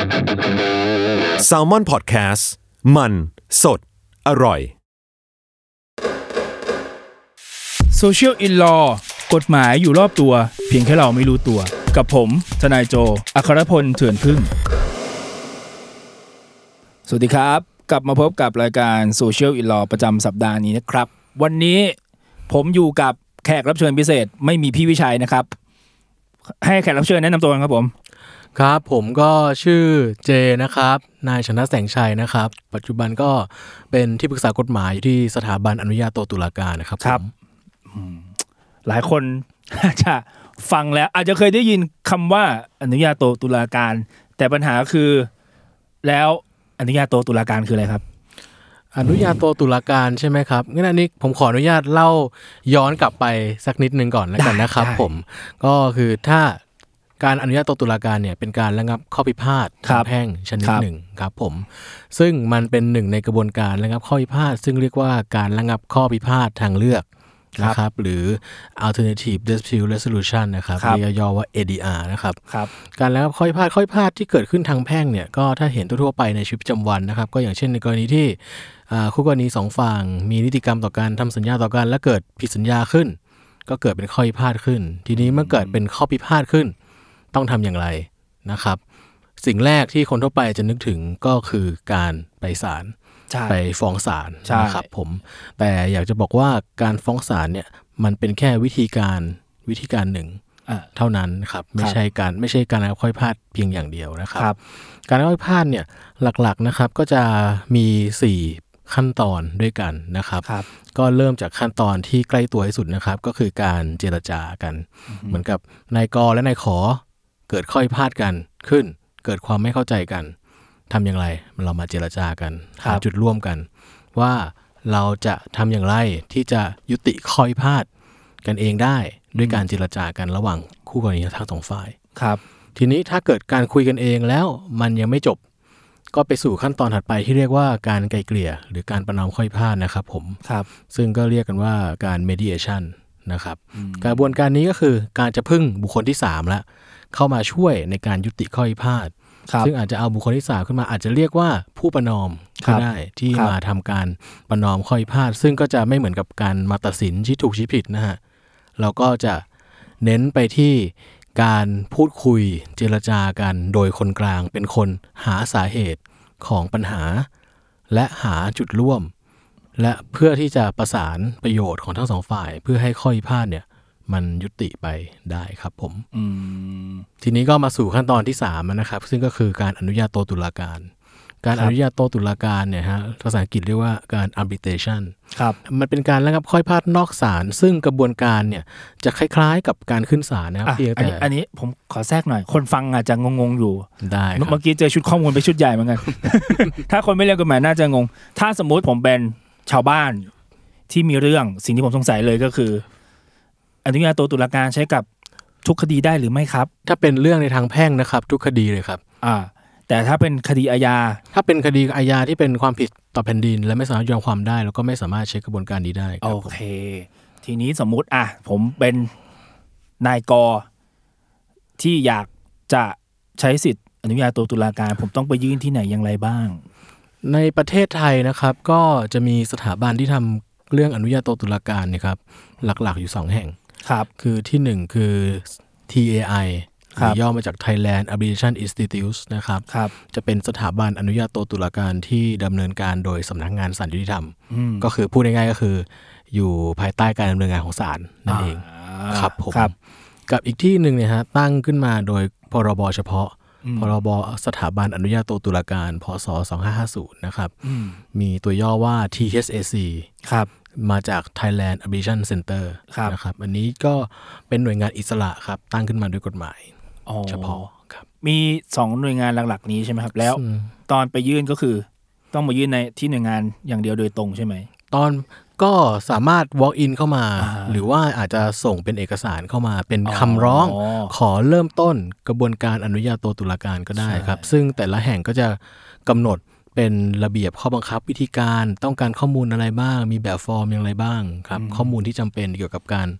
Salmon Podcast มันสดอร่อย Social in Law กฎหมายอยู่รอบตัวเพียงแค่เราไม่รู้ตัวกับผมทนายโจอัครพลเถื่อนพึ่งสวัสดีครับกลับมาพบกับรายการ Social in Law ประจำสัปดาห์นี้นะครับวันนี้ผมอยู่กับแขกรับเชิญพิเศษไม่มีพี่วิชัยนะครับให้แขกรับเชิญแนะนำตัวกันครับผมครับผมก็ชื่อเจนะครับนายชนะแสงชัยนะครับปัจจุบันก็เป็นที่ปรึกษากฎหมายอยู่ที่สถาบันอนุญาโตตุลาการนะครับครับหลายคนอาจจะฟังแล้วอาจจะเคยได้ยินคำว่าอนุญาโตตุลาการแต่ปัญหาคือแล้วอนุญาโตตุลาการคืออะไรครับอนุญาโตตุลาการใช่ไหมครับงั้นอันนี้ผมขออนุญาตเล่าย้อนกลับไปสักนิดนึงก่อนแล้วกันนะครับผมก็คือถ้าการอนุญาโตตุลาการเนี่ยเป็นการระงับข้อพิพาททางแพ่งชนิดหนึ่งครับผมซึ่งมันเป็นหนึ่งในกระบวนการระงับข้อพิพาทซึ่งเรียกว่าการระงับข้อพิพาททางเลือกนะครับหรือ alternative dispute resolution นะครับเรียกย่อว่า ADR นะครับการระงับข้อพิพาทที่เกิดขึ้นทางแพ่งเนี่ยก็ถ้าเห็นทั่วไปในชีวิตประจำวันนะครับก็อย่างเช่นในกรณีที่คู่กรณีสองฝั่งมีนิติกรรมต่อกันทำสัญญาต่อกันและเกิดผิดสัญญาขึ้นก็เกิดเป็นข้อพิพาทขึ้นทีนี้เมื่อเกิดเป็นข้อพิพาทขึ้นต้องทำอย่างไรนะครับสิ่งแรกที่คนทั่วไปจะนึกถึงก็คือการไปศาลไปฟ้องศาลนะครับผมแต่อยากจะบอกว่าการฟ้องศาลเนี่ยมันเป็นแค่วิธีการหนึ่งเท่านั้นครับไม่ใช่การระงับข้อพิพาทเพียงอย่างเดียวนะครับการระงับข้อพิพาทเนี่ยหลักๆนะครับก็จะมี4ขั้นตอนด้วยกันนะครับก็เริ่มจากขั้นตอนที่ใกล้ตัวที่สุดนะครับก็คือการเจรจากันเหมือนกับนายกและนายขอเกิดข้อพิพาทกันขึ้นเกิดความไม่เข้าใจกันทำอย่างไรเรามาเจรจากันหาจุดร่วมกันว่าเราจะทำอย่างไรที่จะยุติข้อพิพาทกันเองได้ด้วยการเจรจากันระหว่างคู่กรณีทั้งสองฝ่ายครับทีนี้ถ้าเกิดการคุยกันเองแล้วมันยังไม่จบก็ไปสู่ขั้นตอนถัดไปที่เรียกว่าการไกล่เกลี่ยหรือการประนอมข้อพิพาทนะครับผมซึ่งก็เรียกกันว่าการ mediation นะครับกระบวนการนี้ก็คือการจะพึ่งบุคคลที่3ละเข้ามาช่วยในการยุติข้อพิพาทซึ่งอาจจะเอาบุคคลที่3ขึ้นมาอาจจะเรียกว่าผู้ประนอมก็ได้ที่มาทำการประนอมข้อพิพาทซึ่งก็จะไม่เหมือนกับการมาตัดสินชี้ถูกชี้ผิดนะฮะเราก็จะเน้นไปที่การพูดคุยเจรจากันโดยคนกลางเป็นคนหาสาเหตุของปัญหาและหาจุดร่วมและเพื่อที่จะประสานประโยชน์ของทั้งสองฝ่ายเพื่อให้ข้อพิพาทเนี่ยมันยุติไปได้ครับผมทีนี้ก็มาสู่ขั้นตอนที่3นะครับซึ่งก็คือการอนุญาโตตุลาการการอนุญาโตตุลาการเนี่ยฮะภาษาอังกฤษเรียกว่าการ arbitration มันเป็นการระงับข้อพิพาทนอกศาลซึ่งกระบวนการเนี่ยจะคล้ายๆกับการขึ้นศาลนะครับอันนี้ผมขอแทรกหน่อยคนฟังอาจจะงงๆอยู่ได้เมื่อกี้เจอชุดข้อมูลไปชุดใหญ่เหมือนกัน ถ้าคนไม่เรียนกฎหมายน่าจะงงถ้าสมมุติผมเป็นชาวบ้านที่มีเรื่องสิ่งที่ผมสงสัยเลยก็คืออนุญาโตตุลาการใช้กับทุกคดีได้หรือไม่ครับถ้าเป็นเรื่องในทางแพ่งนะครับทุกคดีเลยครับแต่ถ้าเป็นคดีอาญาถ้าเป็นคดีอาญาที่เป็นความผิดต่อแผ่นดินและไม่สามารถยอมความได้แล้วก็ไม่สามารถใช้กระบวนการนี้ได้โอเคทีนี้สมมุติผมเป็นนายกที่อยากจะใช้สิทธิอนุญาโตตุลาการผมต้องไปยื่นที่ไหนอย่างไรบ้างในประเทศไทยนะครับก็จะมีสถาบันที่ทำเรื่องอนุญาโตตุลาการนะครับหลักๆอยู่2แห่งคือที่1คือ TAI ย่อมาจาก Thailand Arbitration Institute นะครับจะเป็นสถาบันอนุญาโตตุลาการที่ดำเนินการโดยสำนักงานศาลยุติธรรมก็คือพูดง่ายๆก็คืออยู่ภายใต้การดำเนินงานของศาลนั่นเองครับผมกับอีกที่หนึ่งเนี่ยฮะตั้งขึ้นมาโดยพรบเฉพาะพรบสถาบันอนุญาโตตุลาการพ.ศ. 2550นะครับมีตัวย่อว่า THAC มาจาก Thailand Arbitration Center นะครับอันนี้ก็เป็นหน่วยงานอิสระครับตั้งขึ้นมาด้วยกฎหมายเฉพาะครับมี2หน่วยงานหลักๆนี้ใช่ไหมครับแล้วตอนไปยื่นก็คือต้องมายื่นในที่หน่วยงานอย่างเดียวโดยตรงใช่ไหมตอนก็สามารถ walk in เข้ามาหรือว่าอาจจะส่งเป็นเอกสารเข้ามาเป็นคำร้องขอเริ่มต้นกระบวนการอนุญาโตตุลาการก็ได้ครับซึ่งแต่ละแห่งก็จะกำหนดเป็นระเบียบข้อบังคับวิธีการต้องการข้อมูลอะไรบ้างมีแบบฟอร์มอย่างไรบ้างครับข้อมูลที่จำเป็นเกี่ยวกับการ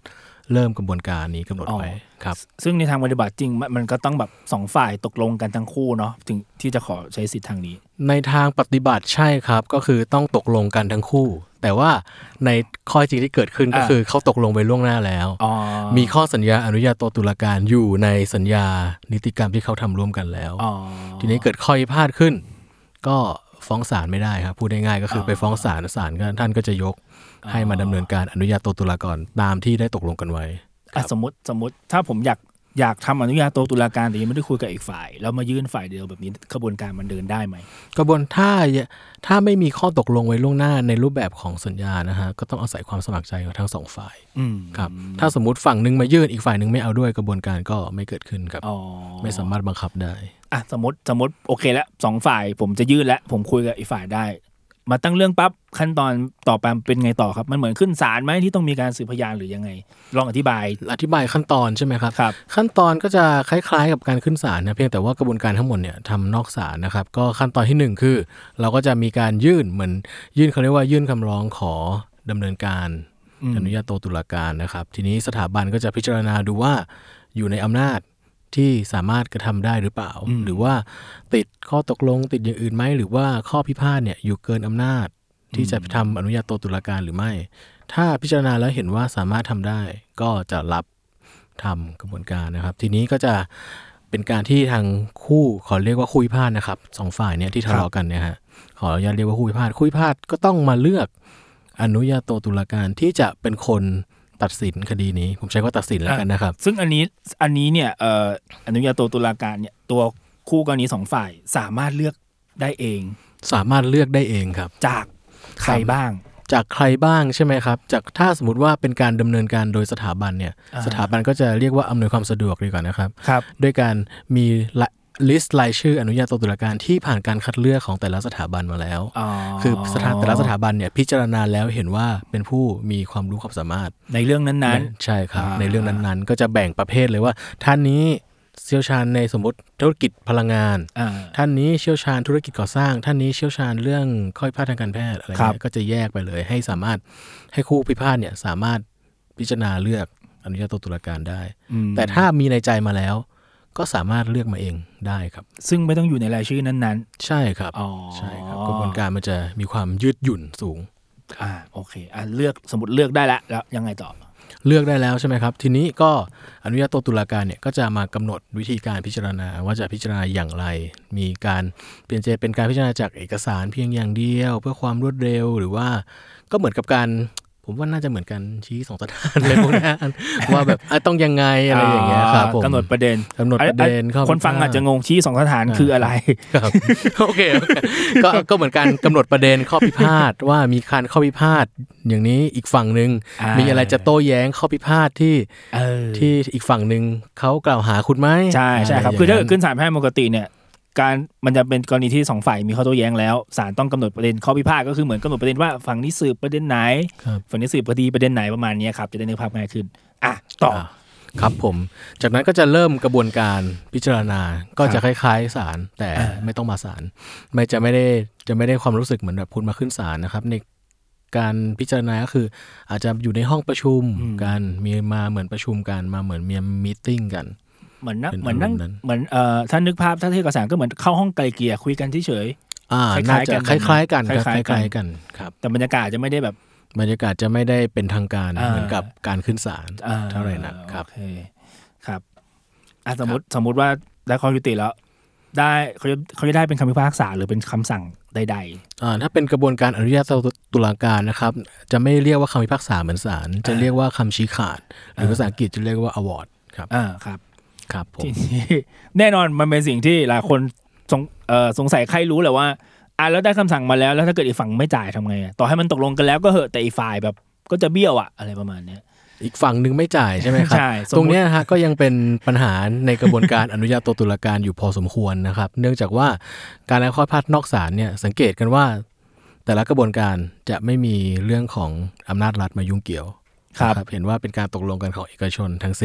เริ่มกระบวนการนี้กำหนดไว้ครับซึ่งในทางปฏิบัติจริงมันก็ต้องแบบ2ฝ่ายตกลงกันทั้งคู่เนาะถึงที่จะขอใช้สิทธิ์ทางนี้ในทางปฏิบัติใช่ครับก็คือต้องตกลงกันทั้งคู่แต่ว่าในข้อจริงที่เกิดขึ้นก็คือเขาตกลงไปล่วงหน้าแล้วมีข้อสัญญาอนุญาโตตุลาการอยู่ในสัญญานิติกรรมที่เขาทำร่วมกันแล้วทีนี้เกิดข้อพิพาทขึ้นก็ฟ้องศาลไม่ได้ครับพูดง่ายๆก็คือไปฟ้องศาลก็ท่านก็จะยกให้มาดำเนินการอนุญาโตตุลาการตามที่ได้ตกลงกันไว้สมมติถ้าผมอยากทำอนุญาโตตุลาการแต่ยังไม่ได้คุยกับอีกฝ่ายแล้วมายื่นฝ่ายเดียวแบบนี้กระบวนการมันเดินได้ไหมกระบวนถ้าไม่มีข้อตกลงไว้ล่วงหน้าในรูปแบบของสัญญานะฮะก็ต้องอาศัยความสมัครใจของทั้งสองฝ่ายครับถ้าสมมติฝั่งนึงมายื่นอีกฝ่ายนึงไม่เอาด้วยกระบวนการก็ไม่เกิดขึ้นครับไม่สามารถบังคับได้สมมติโอเคแล้ว2ฝ่ายผมจะยื่นแล้วผมคุยกับอีกฝ่ายได้มาตั้งเรื่องปั๊บขั้นตอนต่อไปเป็นไงต่อครับมันเหมือนขึ้นศาลไหมที่ต้องมีการสืบพยานหรือยังไงลองอธิบายขั้นตอนใช่ไหมครับขั้นตอนก็จะคล้ายๆกับการขึ้นศาลนะเพียงแต่ว่ากระบวนการทั้งหมดเนี่ยทำนอกศาลนะครับก็ขั้นตอนที่1คือเราก็จะมีการยื่นเหมือนยื่นเขาเรียกว่ายื่นคำร้องขอดำเนินการอนุญาโตตุลาการนะครับทีนี้สถาบันก็จะพิจารณาดูว่าอยู่ในอำนาจที่สามารถกระทำได้หรือเปล่าหรือว่าติดข้อตกลงติดอย่างอื่นไหมหรือว่าข้อพิพาทเนี่ยอยู่เกินอำนาจที่จะทำอนุญาโตตุลาการหรือไม่ถ้าพิจารณาแล้วเห็นว่าสามารถทำได้ก็จะรับทำกระบวนการนะครับทีนี้ก็จะเป็นการที่ทางคู่ขอเรียกว่าคู่พิพาทนะครับ2ฝ่ายเนี่ยที่ทะเลาะกันเนี่ยฮะขออนุญาตเรียกว่าคู่พิพาทก็ต้องมาเลือกอนุญาโตตุลาการที่จะเป็นคนตัดสินคดีนี้ผมใช้ว่าตัดสินแล้วกันนะครับซึ่งอันนี้เนี่ยอนุญาโตตุลาการเนี่ยตัวคู่กรณี2ฝ่ายสามารถเลือกได้เองสามารถเลือกได้เองครับจากใครบ้างใช่ไหมครับจากถ้าสมมติว่าเป็นการดำเนินการโดยสถาบันเนี่ยสถาบันก็จะเรียกว่าอำนวยความสะดวกดีกว่านะครับด้วยการมีลิสต์รายชื่ออนุญาโตตุลาการที่ผ่านการคัดเลือกของแต่ละสถาบันมาแล้วคือแต่ละสถาบันเนี่ยพิจารณาแล้วเห็นว่าเป็นผู้มีความรู้ความสามารถในเรื่องนั้นๆใช่ครับในเรื่องนั้นๆก็จะแบ่งประเภทเลยว่าท่านนี้เชี่ยวชาญในสมมติธุรกิจพลังงานท่านนี้เชี่ยวชาญธุรกิจก่อสร้างท่านนี้เชี่ยวชาญเรื่องข้อพิพาททางการแพทย์อะไรเงี้ยก็จะแยกไปเลยให้สามารถให้คู่พิพาทเนี่ยสามารถพิจารณาเลือกอนุญาโตตุลาการได้แต่ถ้ามีในใจมาแล้วก็สามารถเลือกมาเองได้ครับซึ่งไม่ต้องอยู่ในรายชื่อนั้นๆใช่ครับใช่ครับกระบวนการมันจะมีความยืดหยุ่นสูงโอเคเลือกสมมติเลือกได้แล้วยังไงต่อเลือกได้แล้วใช่ไหมครับทีนี้ก็อนุญาโตตุลาการเนี่ยก็จะมากำหนดวิธีการพิจารณาว่าจะพิจารณาอย่างไรมีการเปลี่ยนใจเป็นการพิจารณาจากเอกสารเพียงอย่างเดียวเพื่อความรวดเร็วหรือว่าก็เหมือนกับการผมว่าน่าจะเหมือนกันชี้2 สถานอะไรพวกนี้ว่าแบบต้องยังไงอะไรอย่างเงี้ยครับผมกำหนดประเด็นคนฟังอาจจะงงชี้2 สถานคืออะไรครับโอเคก็เหมือนกันกำหนดประเด็นข้อพิพาทว่ามีการข้อพิพาทอย่างนี้อีกฝั่งนึงมีอะไรจะโต้แย้งข้อพิพาทที่อีกฝั่งนึงเขากล่าวหาคุณไหมใช่ครับคือถ้าเกิดขึ้นศาลแพ่งปกติเนี่ยมันจะเป็นกรณีที่2ฝ่ายมีข้อโต้แย้งแล้วศาลต้องกำหนดประเด็นข้อพิพาทก็คือเหมือนกำหนดประเด็นว่าฝั่งนี้สืบประเด็นไหนฝั่งนี้สืบคดีประเด็นไหนประมาณนี้ครับจะได้นึกภาพง่ายขึ้นต่อครับผมจากนั้นก็จะเริ่มกระบวนการพิจารณาก็จะคล้ายๆศาลแต่ไม่ต้องมาศาลจะไม่ได้ความรู้สึกเหมือนแบบคุณมาขึ้นศาลนะครับในการพิจารณาก็คืออาจจะอยู่ในห้องประชุมกันมีมาเหมือนประชุมกันมาเหมือนมีมีตติ้งกันเหมือนถ้านึกภาพถ้าเทียบกับศาลก็เหมือนเข้าห้องไกลเกลี่ยคุยกันเฉยๆน่าจะคล้ายๆกันครับแต่บรรยากาศจะไม่ได้แบบบรรยากาศจะไม่ได้เป็นทางการเหมือนกับการขึ้นศาลเท่าไหร่นะครับครับสมมติว่าได้ข้อยุติแล้วได้เขาจะได้เป็นคำพิพากษาหรือเป็นคำสั่งใดๆถ้าเป็นกระบวนการอนุญาโตตุลาการนะครับจะไม่เรียกว่าคำพิพากษาเหมือนศาลจะเรียกว่าคำชี้ขาดหรือภาษาอังกฤษจะเรียกว่า award ครับครับผมแน่นอนมันเป็นสิ่งที่หลายคนสงสัยใครรู้แหละว่าแล้วได้คำสั่งมาแล้วถ้าเกิดอีกฝั่งไม่จ่ายทำไงต่อให้มันตกลงกันแล้วก็เหอะแต่อีกฝ่ายแบบก็จะเบี้ยวอะไรประมาณนี้อีกฝั่งนึงไม่จ่ายใช่ไหมครับตรงนี้ฮะก็ยังเป็นปัญหาในกระบวนการอนุญาโตตุลาการอยู่พอสมควรนะครับเนื่องจากว่าการล้างข้อพิพาทนอกศาลเนี่ยสังเกตกันว่าแต่ละกระบวนการจะไม่มีเรื่องของอำนาจรัฐมายุ่งเกี่ยวครับเห็นว่าเป็นการตกลงกันของเอกชนทั้งสิ้น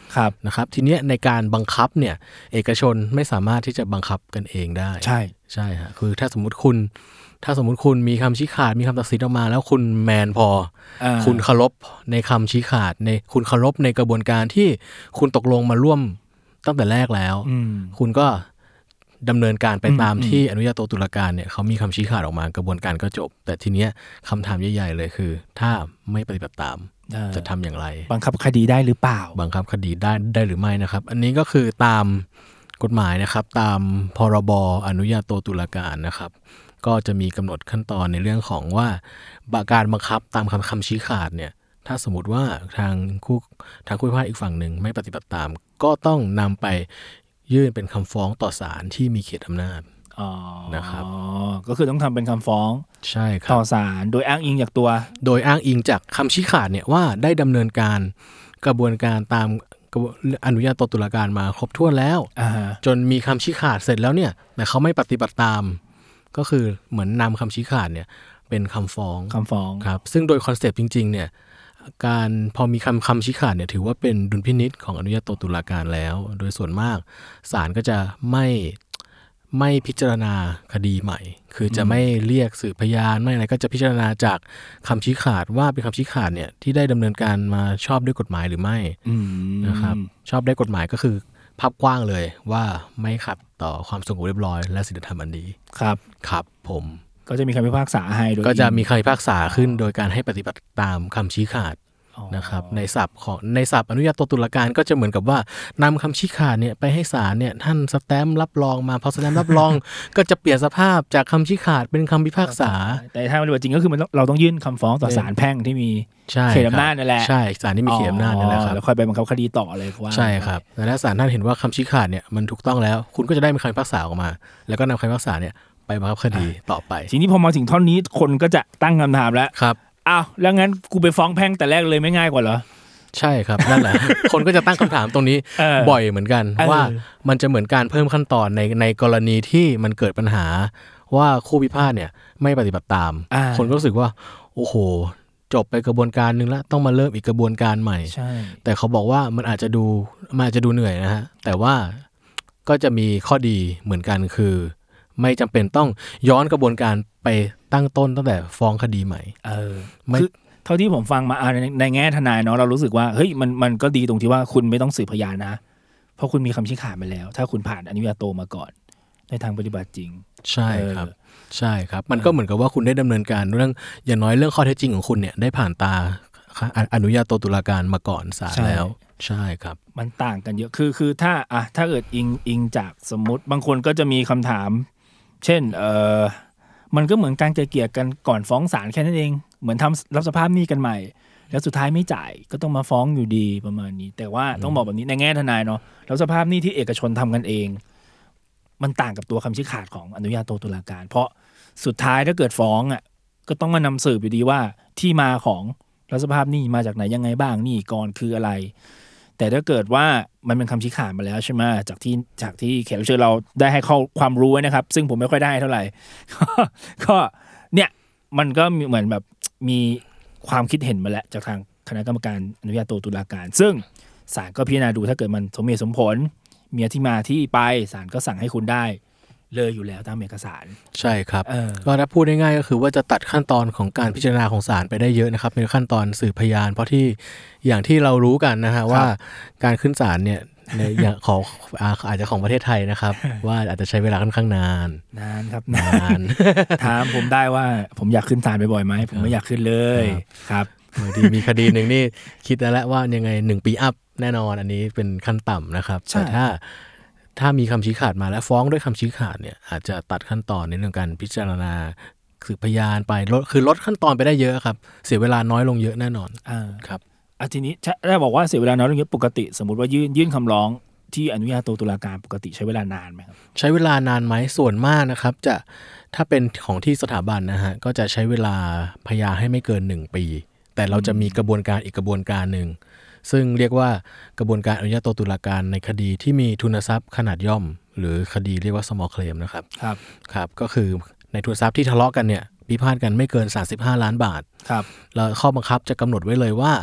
ครับนะครับทีเนี้ยในการบังคับเนี่ยเอกชนไม่สามารถที่จะบังคับกันเองได้ใช่ฮะคือถ้าสมมติคุณมีคำชี้ขาดมีคำตัดสินออกมาแล้วคุณแมนพอคุณเคารพในคำชี้ขาดในคุณเคารพในกระบวนการที่คุณตกลงมาร่วมตั้งแต่แรกแล้วคุณก็ดำเนินการไปตามที่อนุญาโตตุลาการเนี่ยเขามีคำชี้ขาดออกมากระบวนการก็จบแต่ทีเนี้ยคำถามใหญ่ๆเลยคือถ้าไม่ปฏิบัติตามจะทำอย่างไรบังคับคดีได้หรือเปล่าบังคับคดีได้หรือไม่นะครับอันนี้ก็คือตามกฎหมายนะครับตามพรบอนุญาโตตุลาการนะครับก็จะมีกำหนดขั้นตอนในเรื่องของว่าการบังคับตามคำชี้ขาดเนี่ยถ้าสมมติว่าทางผู้พิพาทอีกฝั่งหนึ่งไม่ปฏิบัติตามก็ต้องนำไปยื่นเป็นคำฟ้องต่อศาลที่มีเขตอำนาจนะครับก็คือต้องทำเป็นคำฟ้องใช่ครับต่อศาลโดยอ้างอิงจากตัวโดยอ้างอิงจากคำชี้ขาดเนี่ยว่าได้ดำเนินการกระบวนการตามอนุญาโตตุลาการมาครบถ้วนแล้วจนมีคำชี้ขาดเสร็จแล้วเนี่ยแต่เขาไม่ปฏิบัติตามก็คือเหมือนนำคำชี้ขาดเนี่ยเป็นคำฟ้องครับซึ่งโดยคอนเซปต์จริงๆเนี่ยการพอมีคำชี้ขาดเนี่ยถือว่าเป็นดุลพินิจของอนุญาโตตุลาการแล้วโดยส่วนมากศาลก็จะไม่พิจารณาคดีใหม่คือจะไม่เรียกสืบพยานไม่อะไรก็จะพิจารณาจากคำชี้ขาดว่าเป็นคำชี้ขาดเนี่ยที่ได้ดำเนินการมาชอบด้วยกฎหมายหรือไม่นะครับชอบได้กฎหมายก็คือภาพกว้างเลยว่าไม่ขัดต่อความสงบเรียบร้อยและศีลธรรมอันดีครับผมก็จะมีคำพิพากษาให้โดยก็จะมีคำพิพากษาขึ้นโดยการให้ปฏิบัติตามคำชี้ขาดนะครับในศัพท์อนุญาโตตุลาการก็จะเหมือนกับว่านำคำชี้ขาดเนี่ยไปให้ศาลเนี่ยท่านสแตมป์รับรองมาพอสแตมป์รับรอง ก็จะเปลี่ยนสภาพจากคำชี้ขาดเป็นคำพิพากษาแต่ถ้าปฏิบัติจริงก็คือเราต้องยื่นคำฟ้องต่อศาลแพ่งที่มีเขตอำนาจนั่นแหละใช่ศาลที่มีเขตอำนาจนั่นแหละครับแล้วค่อยไปบังคับคดีต่อเลยว่าใช่ครับแต่ถ้าศาลท่านเห็นว่าคำชี้ขาดเนี่ยมันถูกต้องแล้วคุณก็จะได้มีคำพิพากษาออกมาแล้วก็นำคำพิพากษาเนี่ยไปบังคับคดีต่อไปทีนี้พอมาถึงท่อนนี้คนก็จะตั้งคำถามแล้วครับอ้าวแล้วงั้นกูไปฟ้องแพ่งแต่แรกเลยไม่ง่ายกว่าเหรอใช่ครับนั่นแหละ คนก็จะตั้งคำถามตรงนี้บ่อยเหมือนกันว่ามันจะเหมือนการเพิ่มขั้นตอนในกรณีที่มันเกิดปัญหาว่าคู่พิพาทเนี่ยไม่ปฏิบัติตามคนก็รู้สึกว่าโอ้โหจบไปกระบวนการนึงแล้วต้องมาเริ่มอีกกระบวนการใหม่แต่เขาบอกว่ามันอาจจะดูเหนื่อยนะฮะแต่ว่าก็จะมีข้อดีเหมือนกันคือไม่จำเป็นต้องย้อนกระบวนการไปตั้งต้นตั้งแต่ฟ้องคดีใหม่ไม่เท่าที่ผมฟังมาในแง่ทนายเนาะเรารู้สึกว่าเฮ้ยมันก็ดีตรงที่ว่าคุณไม่ต้องสืบพยานนะเพราะคุณมีคำชี้ขาดไปแล้วถ้าคุณผ่านอนุญาโตมาก่อนในทางปฏิบัติจริงใช่ครับมันก็เหมือนกับว่าคุณได้ดำเนินการเรื่องอย่างน้อยเรื่องข้อเท็จจริงของคุณเนี่ยได้ผ่านตาอนุญาโตตุลาการมาก่อนศาลแล้วใช่ครับมันต่างกันเยอะคือถ้าเกิดอิงจากสมมติบางคนก็จะมีคำถามเช่นมันก็เหมือนการไกล่เกลี่ยกันก่อนฟ้องศาลแค่นั้นเองเหมือนทำรับสภาพหนี้กันใหม่แล้วสุดท้ายไม่จ่ายก็ต้องมาฟ้องอยู่ดีประมาณนี้แต่ว่าต้องบอกแบบนี้ในแง่ทนายเนาะรับสภาพหนี้ที่เอกชนทำกันเองมันต่างกับตัวคำชี้ขาดของอนุญาโตตุลาการเพราะสุดท้ายถ้าเกิดฟ้องอ่ะก็ต้องมานำสืบอยู่ดีว่าที่มาของรับสภาพหนี้มาจากไหนยังไงบ้างหนี้ก่อนคืออะไรแต่ถ้าเกิดว่ามันเป็นคำชี้ขาดมาแล้วใช่ไหมจากที่แขกรับเชิญเราได้ให้เข้าความรู้ไว้นะครับซึ่งผมไม่ค่อยได้เท่าไหร่ ก็เนี่ยมันก็เหมือนแบบมีความคิดเห็นมาแล้วจากทางคณะกรรมการอนุญาโตตุลาการซึ่งศาลก็พิจารณาดูถ้าเกิดมันสมเหตุสมผลมีที่มาที่ไปศาลก็สั่งให้คุณได้เลยอยู่แล้วตามเอกสารใช่ครับก็ถ้าพูดง่ายๆก็คือว่าจะตัดขั้นตอนของการพิจารณาของศาลไปได้เยอะนะครับเป็นขั้นตอนสืบพยานเพราะที่อย่างที่เรารู้กันนะฮะว่าการขึ้นศาลเนี่ยในอย่างของอาจจะของประเทศไทยนะครับว่าอาจจะใช้เวลาค่อนข้างนานครับนานถามผมได้ว่าผมอยากขึ้นศาลบ่อยๆไหมผมไม่อยากขึ้นเลยครับบางทีมีคดีหนึ่งนี่คิดแล้วว่ายังไง1 ปีอัพแน่นอนอันนี้เป็นขั้นต่ำนะครับแต่ถ้ามีคำชี้ขาดมาแล้วฟ้องด้วยคำชี้ขาดเนี่ยอาจจะตัดขั้นตอนในเรื่องการพิจารณาสืบพยานไปลดขั้นตอนไปได้เยอะครับเสียเวลาน้อยลงเยอะแน่นอนครับทีนี้ถ้าบอกว่าเสียเวลาน้อยลงเยอะปกติสมมติว่ายื่นคำร้องที่อนุญาโตตุลาการปกติใช้เวลานานไหมครับใช้เวลานานไหมส่วนมากนะครับจะถ้าเป็นของที่สถาบันนะฮะก็จะใช้เวลาพยานให้ไม่เกิน1 ปีแต่เราจะมีกระบวนการอีกกระบวนการหนึ่งซึ่งเรียกว่ากระบวนการอนุญาโตตุลาการในคดีที่มีทุนทรัพย์ขนาดย่อมหรือคดีเรียกว่า small claim นะครับครับก็คือในทุนทรัพย์ที่ทะเลาะกันเนี่ยพิพาทกันไม่เกิน35 ล้านบาทครับแล้วข้อบังคับจะกำหนดไว้เลยว่า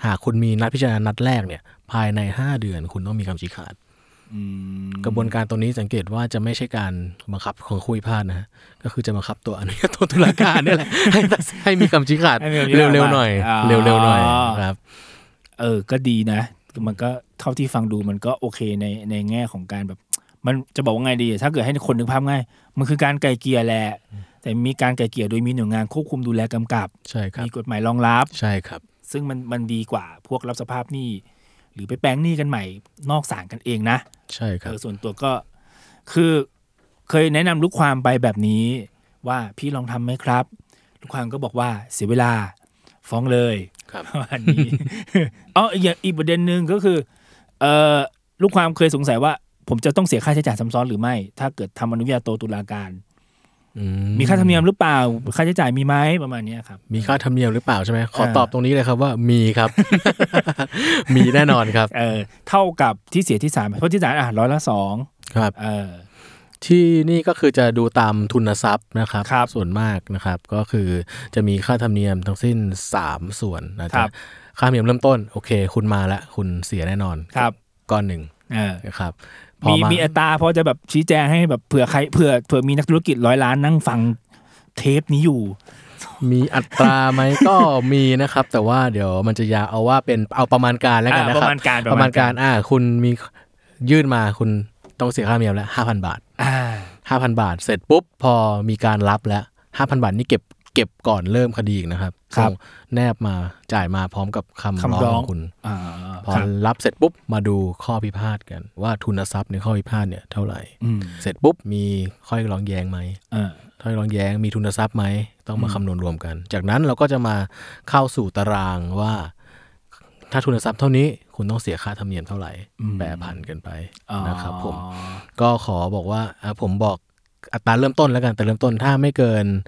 หากคุณมีนัดพิจารณานัดแรกเนี่ยภายใน5 เดือนคุณต้องมีคำชี้ขาดกระบวนการตรงนี้สังเกตว่าจะไม่ใช่การบังคับของผู้พิพาทนะฮะก็คือจะบังคับตัวอนุญาโตตุลาการนี่แหละให้มีคำชี้ขาดเร็วๆหน่อยเร็วๆหน่อยครับก็ดีนะมันก็เท่าที่ฟังดูมันก็โอเคในแง่ของการแบบมันจะบอกว่าไงดีถ้าเกิดให้คนนึกภาพง่ายมันคือการไกลเกลี่ยแหละแต่มีการไกลเกลี่ยโดยมีหน่วยงานควบคุมดูแลกำกับใช่ครับมีกฎหมายรองรับใช่ครับซึ่งมันดีกว่าพวกรับสภาพหนี้หรือไปแปลงหนี้กันใหม่นอกศาลกันเองนะใช่ครับส่วนตัวก็คือเคยแนะนำลูกความไปแบบนี้ว่าพี่ลองทำไหมครับลูกความก็บอกว่าเสียเวลาฟ้องเลยครับอันนี้อีกประเด็นหนึ่งก็คือลูกความเคยสงสัยว่าผมจะต้องเสียค่าใช้จ่ายซ้ำซ้อนหรือไม่ถ้าเกิดทำอนุญาโตตุลาการมีค่าธรรมเนียมหรือเปล่าค่าใช้จ่ายมีไหมประมาณนี้ครับมีค่าธรรมเนียมหรือเปล่าใช่ไหมขอตอบตรงนี้เลยครับว่ามีครับ มีแน่นอนครับเท่ากับที่เสียที่ศาลเพราะที่ศาล2% ครับที่นี่ก็คือจะดูตามทุนทรัพย์นะครับส่วนมากนะครับก็คือจะมีค่าธรรมเนียมทั้งสิ้น3 ส่วนนะครับค่าธรรมเนียมเริ่มต้นโอเคคุณมาแล้วคุณเสียแน่นอนก้อนหนึ่งนะครับมีอัตราพอจะแบบชี้แจงให้แบบเผื่อใครเผื่อมีนักธุรกิจ100 ล้านนั่งฟังเทปนี้อยู่มีอัตราไหมก็มีนะครับแต่ว่าเดี๋ยวมันจะยาวเอาว่าเป็นเอาประมาณการแล้วกันนะครับประมาณการคุณมียื่นมาคุณต้องเสียค่าธรรมเนียมแล้ว 5,000 บาท5,000 บาทเสร็จปุ๊บพอมีการรับแล้ว 5,000 บาทนี่เก็บก่อนเริ่มคดีอีกนะครับแนบมาจ่ายมาพร้อมกับคำร้องของคุณพอรับเสร็จปุ๊บมาดูข้อพิพาทกันว่าทุนทรัพย์ในข้อพิพาทเนี่ยเท่าไหร่เสร็จปุ๊บมีข้อร้องแย้งไหมข้อร้องแย้งมีทุนทรัพย์ไหมต้องมาคำนวณรวมกันจากนั้นเราก็จะมาเข้าสู่ตารางว่าถ้าทุนทรัพย์เท่านี้คุณต้องเสียค่าธรรมเนียมเท่าไหร่แปรผันกันไปนะครับผมก็ขอบอกว่าผมบอกอัตราเริ่มต้นแล้วกันแต่เริ่มต้นถ้าไม่เกิน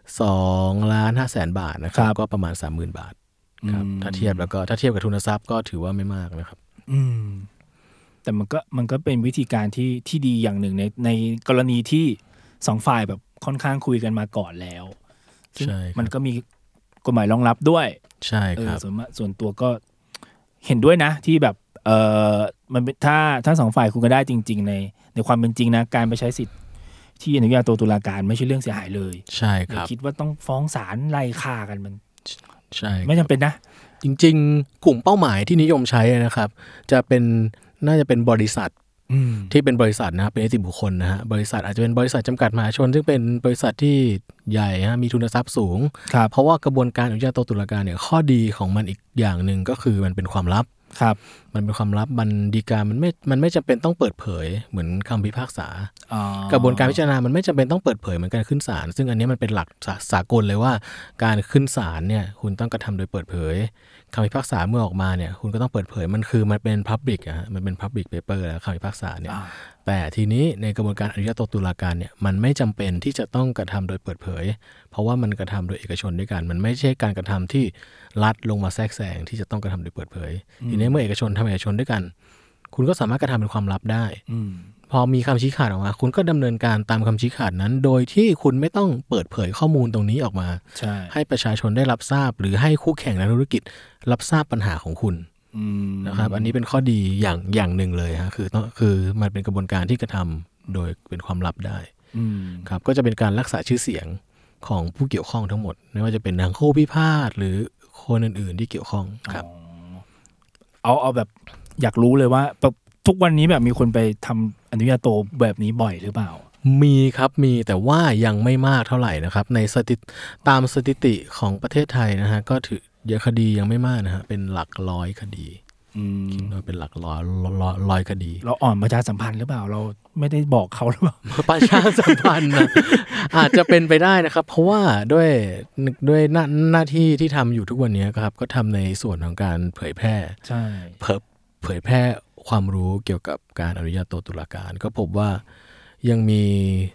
2,500,000 บาทนะครับก็ประมาณ 30,000 บาทครับถ้าเทียบกับทุนทรัพย์ก็ถือว่าไม่มากนะครับแต่มันก็เป็นวิธีการที่ดีอย่างหนึ่งในกรณีที่2 ฝ่ายแบบค่อนข้างคุยกันมาก่อนแล้วซึ่งมันก็มีกฎหมายรองรับด้วยใช่ครับส่วนตัวก็เห็นด้วยนะที่แบบมันถ้า2 ฝ่ายคุยกันได้จริงๆในความเป็นจริงนะการไปใช้สิทธิ์ที่อนุญาโตตุลาการไม่ใช่เรื่องเสียหายเลยใช่ครับคิดว่าต้องฟ้องศาลไล่ฆ่ากันมันใช่ไม่จำเป็นนะจริงๆกลุ่มเป้าหมายที่นิยมใช้นะครับน่าจะเป็นบริษัทที่เป็นบริษัทนะครับเป็นนิติบุคคลนะฮะบริษัทอาจจะเป็นบริษัทจำกัดมหาชนซึ่งเป็นบริษัทที่ใหญ่ฮะมีทุนทรัพย์สูงเพราะว่ากระบวนการอนุญาโตตุลาการเนี่ยข้อดีของมันอีกอย่างหนึ่งก็คือมันเป็นความลับมันเป็นความลับมันฎีกามันไม่จำเป็นต้องเปิดเผยเหมือนคำพิพากษากระบวนการพิจารณามันไม่จำเป็นต้องเปิดเผยเหมือนการขึ้นศาลซึ่งอันนี้มันเป็นหลักสากลเลยว่าการขึ้นศาลเนี่ยคุณต้องกระทำโดยเปิดเผยคำพิพากษาเมื่อออกมาเนี่ยคุณก็ต้องเปิดเผยมันเป็น public อะมันเป็น public paper แล้วคำพิพากษาเนี่ยแต่ทีนี้ในกระบวนการอนุญาโตตุลาการเนี่ยมันไม่จำเป็นที่จะต้องกระทำโดยเปิดเผยเพราะว่ามันกระทำโดยเอกชนด้วยกันมันไม่ใช่การกระทำที่รัฐลงมาแทรกแซงที่จะต้องกระทำโดยเปิดเผยทีนี้เมื่อเอกชนทำเอกชนด้วยกันคุณก็สามารถกระทำเป็นความลับได้พอมีคำชี้ขาดออกมาคุณก็ดำเนินการตามคำชี้ขาดนั้นโดยที่คุณไม่ต้องเปิดเผยข้อมูลตรงนี้ออกมาให้ประชาชนได้รับทราบหรือให้คู่แข่งในธุรกิจรับทราบปัญหาของคุณนะครับอันนี้เป็นข้อดีอย่างหนึ่งเลยฮะคือมันเป็นกระบวนการที่กระทำโดยเป็นความลับได้ครับก็จะเป็นการรักษาชื่อเสียงของผู้เกี่ยวข้องทั้งหมดไม่ว่าจะเป็นทางคู่พิพาทหรือคนอื่นๆที่เกี่ยวข้องครับเอาแบบอยากรู้เลยว่าทุกวันนี้แบบมีคนไปทำอนุญาโตแบบนี้บ่อยหรือเปล่ามีครับมีแต่ว่ายังไม่มากเท่าไหร่นะครับในตามสถิติของประเทศไทยนะฮะก็ถือเยอะคดียังไม่มากนะฮะเป็นหลักร้อยคดีคิดว่าเป็นหลักร้อยคดีเราอ่อนประชาสัมพันธ์หรือเปล่าเราไม่ได้บอกเขาหรือเปล่าประชาสัมพันธ์นะอาจจะเป็นไปได้นะครับเพราะว่าด้วยหน้าที่ที่ทำอยู่ทุกวันนี้ครับก็ทำในส่วนของการเผยแพร่ใช่เผยแพร่ความรู้เกี่ยวกับการอนุญาโตตุลาการก็พบว่ายังมีค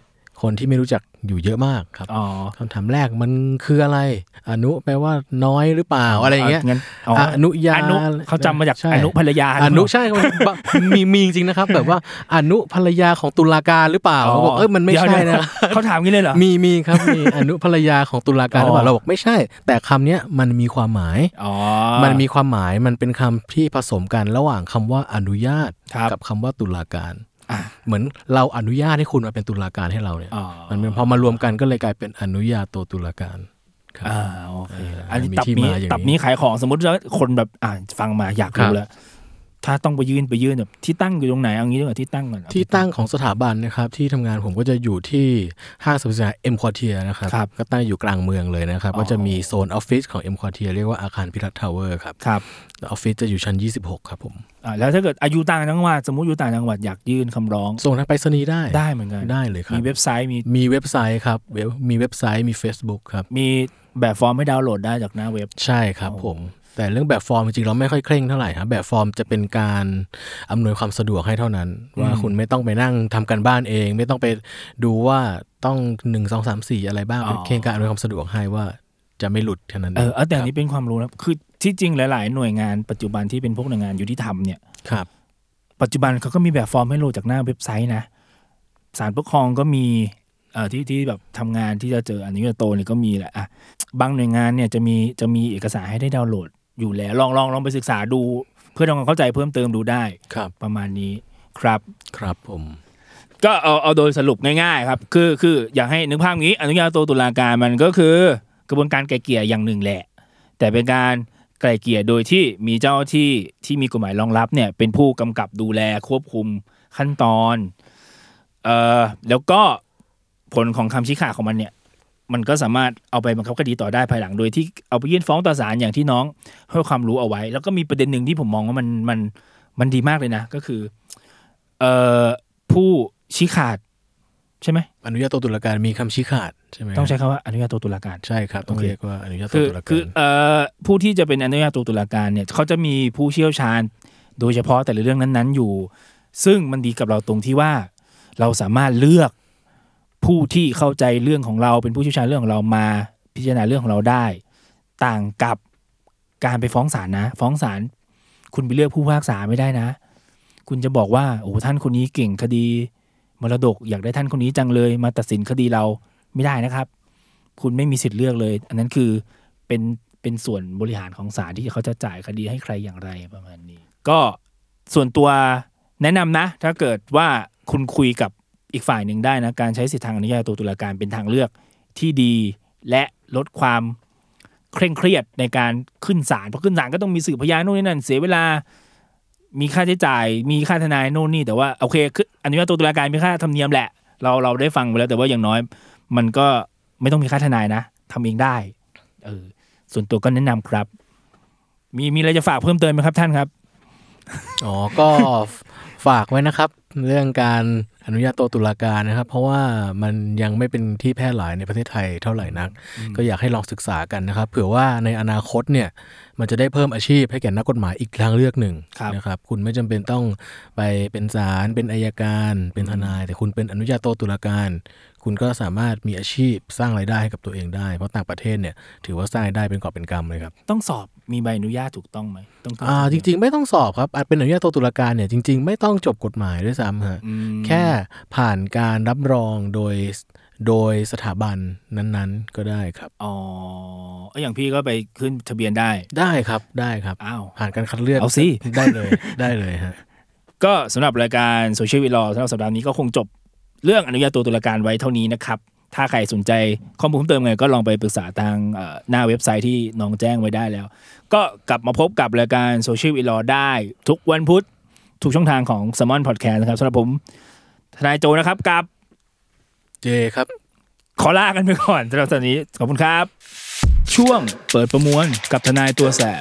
คนที่ไม่รู้จักอยู่เยอะมากครับอ๋อคำถามแรกมันคืออะไรอนุแปลว่าน้อยหรือเปล่าอะไรอย่างเงี้ยงั้นอนุญาอนุเขาจำมาจากใช่อนุภรรยาอนุใช่มีจริงๆนะครับแบบว่าอนุภรรยาของตุลาการหรือเปล่าเขาบอกมันไม่ใช่นะเขาถามงี้เลยเหรอมีครับมีอนุภรรยาของตุลาการหรือเปล่าเราบอกไม่ใช่แต่คำเนี้ยมันมีความหมายอ๋อมันมีความหมายมันเป็นคำที่ผสมกันระหว่างคำว่าอนุญาตครับกับคำว่าตุลาการอ่ะเหมือนเราอนุญาตให้คุณมาเป็นตุลาการให้เราเนี่ยอ๋อมันเป็นพอมารวมกันก็เลยกลายเป็นอนุญาโตตุลาการครับโอเคอันนี้มีตับที่นี้มาอย่างนี้ตับนี้ขายของสมมติว่าคนแบบฟังมาอยากครัรู้บแล้วถ้าต้องไปยื่นแบบที่ตั้งอยู่ตรงไหนเอางี้ดีกว่าที่ตั้งก่อนที่ตั้งของสถาบันนะครับที่ทำงานผมก็จะอยู่ที่ห้างสรรพสินค้า M Quartier นะครับครับก็ตั้งอยู่กลางเมืองเลยนะครับอ๋อก็จะมีโซนออฟฟิศของ M Quartier เรียกว่าอาคารพิรัตทาวเวอร์ครับครับออฟฟิศจะอยู่ชั้น26ครับผมแล้วถ้าเกิดอายุต่างจังหวัดสมมติอยู่ต่างจังหวัดอยากยื่นคำร้องส่งทางไปรษณีย์ได้ได้เหมือนกันได้เลยครับมีเว็บไซต์มีมีเว็บไซต์ครับมีเว็บไซต์มี Facebook ครับมีแบบฟอร์มให้ดาวน์โหลดได้จากหน้าเว็บใช่ครับผมแต่เรื่องแบบฟอร์มจริงๆเราไม่ค่อยเคร่งเท่าไหร่ครับแบบฟอร์มจะเป็นการอำนวยความสะดวกให้เท่านั้น ว่าคุณไม่ต้องไปนั่งทำการบ้านเอง ไม่ต้องไปดูว่าต้อง1 2 3 4อะไรบ้างเป็นเพียงการอำนวยความสะดวกให้ว่าจะไม่หลุดแค่นั้นเองแต่อันนี้เป็นความรู้นะคือที่จริงหลาย ๆ หน่วยงานปัจจุบันที่เป็นพวกหน่วยงานยุติธรรมเนี่ยครับปัจจุบันเขาก็มีแบบฟอร์มให้โหลดจากหน้าเว็บไซต์นะศาลปกครองก็มีที่แบบทำงานที่จะเจออนุญาโตนี่ก็มีแหละบางหน่วยงานเนี่ยจะมีเอกสารให้ได้ดาวน์โหลดอยู่แล้วลองไปศึกษาดูเพื่อทำความเข้าใจเพิ่มเติมดูได้ครับประมาณนี้ครับครับผมก็เอาโดยสรุปง่ายๆครับคืออยากให้นึกภาพงี้อนุญาโตตุลาการมันก็คือกระบวนการไกล่เกลี่ยอย่างหนึ่งแหละแต่เป็นการไกล่เกลี่ยโดยที่มีเจ้าหน้าที่มีกฎหมายรองรับเนี่ยเป็นผู้กำกับดูแลควบคุมขั้นตอนแล้วก็ผลของคำชี้ขาดของมันเนี่ยมันก็สามารถเอาไปบังคับคดีต่อได้ภายหลังโดยที่เอาไปยื่นฟ้องต่อศาลอย่างที่น้องให้ความรู้เอาไว้แล้วก็มีประเด็นหนึ่งที่ผมมองว่ามันดีมากเลยนะก็คือผู้ชี้ขาดใช่ไหมอนุญาโตตุลาการมีคำชี้ขาดใช่ไหมต้องใช้คำว่าอนุญาโตตุลาการใช่ครับต้องเรียกว่าอนุญาโตตุลาการคือผู้ที่จะเป็นอนุญาโตตุลาการเนี่ยเขาจะมีผู้เชี่ยวชาญโดยเฉพาะแต่ละเรื่องนั้นๆอยู่ซึ่งมันดีกับเราตรงที่ว่าเราสามารถเลือกผู้ที่เข้าใจเรื่องของเราเป็นผู้เชี่ยวชาญเรื่องของเรามาพิจารณาเรื่องของเราได้ต่างกับการไปฟ้องศาลนะฟ้องศาลคุณไปเลือกผู้พิพากษาไม่ได้นะคุณจะบอกว่าโอ้ท่านคนนี้เก่งคดีมรดกอยากได้ท่านคนนี้จังเลยมาตัดสินคดีเราไม่ได้นะครับคุณไม่มีสิทธิ์เลือกเลยอันนั้นคือเป็นส่วนบริหารของศาลที่เขาจะจ่ายคดีให้ใครอย่างไรประมาณนี้ก็ส่วนตัวแนะนำนะถ้าเกิดว่าคุณคุยกับอีกฝ่ายหนึ่งได้นะการใช้สิทธิทางอนุญาโตตุลาการเป็นทางเลือกที่ดีและลดความเคร่งเครียดในการขึ้นศาลเพราะขึ้นศาลก็ต้องมีสืบพยานโน่นนี่นั่นเสียเวลามีค่าใช้จ่ายมีค่าทนายโน่นนี่แต่ว่าโอเคคืออนุญาโตตุลาการมีค่าธรรมเนียมแหละเราได้ฟังไปแล้วแต่ว่าอย่างน้อยมันก็ไม่ต้องมีค่าทนายนะทำเองได้ส่วนตัวก็แนะนำครับมีอะไรจะฝากเพิ่มเติมไหมครับท่านครับอ๋อก็ฝากไว้นะครับเรื่องการอนุญาโตตุลาการนะครับเพราะว่ามันยังไม่เป็นที่แพร่หลายในประเทศไทยเท่าไหร่นักก็อยากให้ลองศึกษากันนะครับเผื่อว่าในอนาคตเนี่ยมันจะได้เพิ่มอาชีพให้แก่นักกฎหมายอีกทางเลือกหนึ่งนะครับคุณไม่จำเป็นต้องไปเป็นศาลเป็นอัยการเป็นทนายแต่คุณเป็นอนุญาโตตุลาการคุณก็สามารถมีอาชีพสร้างรายได้ให้กับตัวเองได้เพราะต่างประเทศเนี่ยถือว่าสร้างรายได้เป็นกอบเป็นกำเลยครับต้องสอบมีใบอนุญาตถูกต้องไหมต้องจริงๆไม่ต้องสอบครับเป็นอนุญาโตตุลาการเนี่ยจริงๆไม่ต้องจบกฎหมายด้วยซ้ำฮะแค่ผ่านการรับรองโดยสถาบันนั้นๆก็ได้ครับอย่างพี่ก็ไปขึ้นทะเบียนได้ครับอ้าวผ่านการคัดเลือกเอาสิได้เลยฮะก็สำหรับรายการโซเชียลวิลลสำหรับสัปดาห์นี้ก็คงจบเรื่องอนุญาโตตุลาการไว้เท่านี้นะครับถ้าใครสนใจข้อมูลเพิ่มเติมไงก็ลองไปปรึกษาทางหน้าเว็บไซต์ที่น้องแจ้งไว้ได้แล้วก็กลับมาพบกับรายการโซเชียลวิลลได้ทุกวันพุธทุกช่องทางของ Salmon Podcast นะครับสำหรับผมทนายโจนะครับกับเจครับขอลากันไปก่อนสำหรับตอนนี้ขอบคุณครับช่วงเปิดประมวลกับทนายตัวแสบ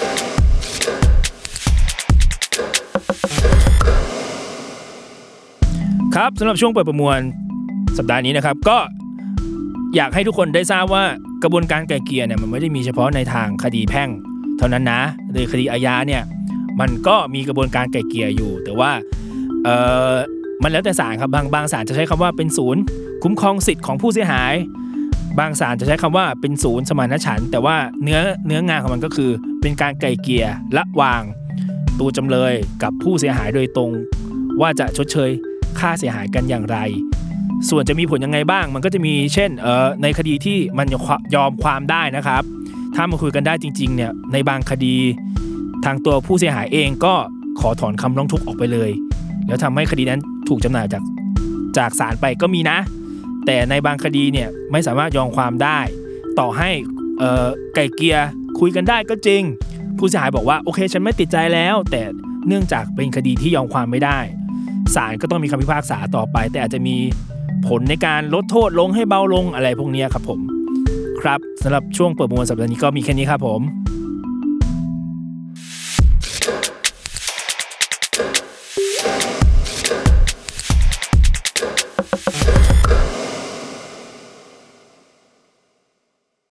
ครับสำหรับช่วงเปิดประมวลสัปดาห์นี้นะครับก็อยากให้ทุกคนได้ทราบว่ากระบวนการไกล่เกลี่ยเนี่ยมันไม่ได้มีเฉพาะในทางคดีแพ่งเท่านั้นนะในคดีอาญาเนี่ยมันก็มีกระบวนการไกล่เกลี่ยอยู่แต่ว่ามันแล้วแต่ศาลครับบางศาลจะใช้คำว่าเป็นศูนย์คุ้มครองสิทธิ์ของผู้เสียหายบางศาลจะใช้คำว่าเป็นศูนย์สมานฉันท์แต่ว่าเนื้องานของมันก็คือเป็นการไกล่เกลี่ยระหว่างตัวจำเลยกับผู้เสียหายโดยตรงว่าจะชดเชยค่าเสียหายกันอย่างไรส่วนจะมีผลยังไงบ้างมันก็จะมีเช่นในคดีที่มันยอมความได้นะครับถ้ามาคุยกันได้จริงๆเนี่ยในบางคดีทางตัวผู้เสียหายเองก็ขอถอนคำร้องทุกข์ออกไปเลยแล้วทำให้คดีนั้นถูกจำหน่ายจากศาลไปก็มีนะแต่ในบางคดีเนี่ยไม่สามารถยอมความได้ต่อให้ไกล่เกลี่ยคุยกันได้ก็จริงผู้เสียหายบอกว่าโอเคฉันไม่ติดใจแล้วแต่เนื่องจากเป็นคดีที่ยอมความไม่ได้ศาลก็ต้องมีคำพิพากษาต่อไปแต่อาจจะมีผลในการลดโทษลงให้เบาลงอะไรพวกนี้ครับผมครับสำหรับช่วงเปิดประมวลสัปดาห์นี้ก็มีแค่นี้ครับผม